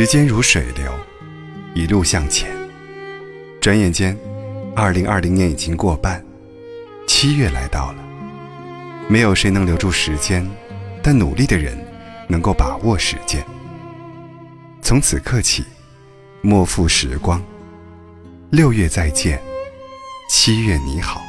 时间如水流，一路向前。转眼间2020年已经过半，7月来到了。没有谁能留住时间，但努力的人能够把握时间。从此刻起，莫负时光。6月再见，7月你好。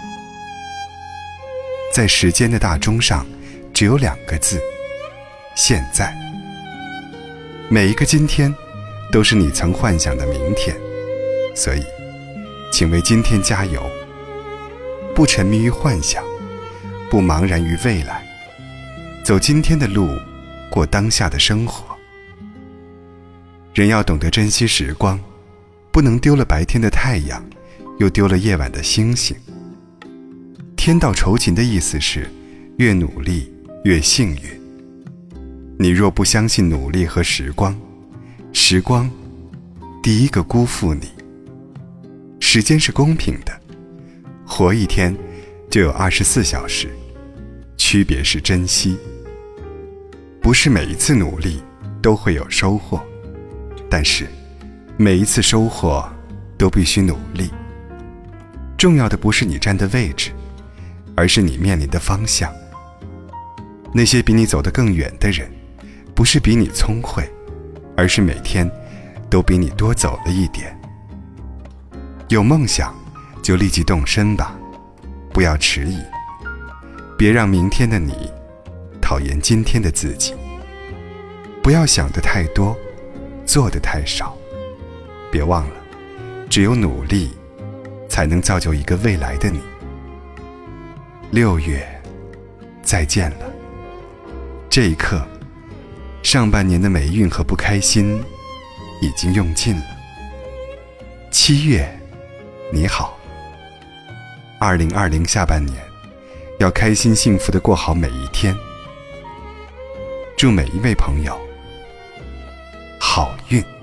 在时间的大钟上，只有2个字：现在。每一个今天都是你曾幻想的明天，所以请为今天加油，不沉迷于幻想，不茫然于未来，走今天的路，过当下的生活。人要懂得珍惜时光，不能丢了白天的太阳，又丢了夜晚的星星。天道酬勤的意思是，越努力越幸运。你若不相信努力和时光，时光第一个辜负你。时间是公平的，活一天就有24小时，区别是珍惜。不是每一次努力都会有收获，但是每一次收获都必须努力。重要的不是你站的位置，而是你面临的方向。那些比你走得更远的人，不是比你聪慧，而是每天都比你多走了一点。有梦想就立即动身吧，不要迟疑，别让明天的你讨厌今天的自己。不要想得太多，做得太少。别忘了，只有努力才能造就一个未来的你。6月再见了。这一刻，上半年的霉运和不开心已经用尽了。7月你好。2020下半年要开心幸福地过好每一天。祝每一位朋友好运。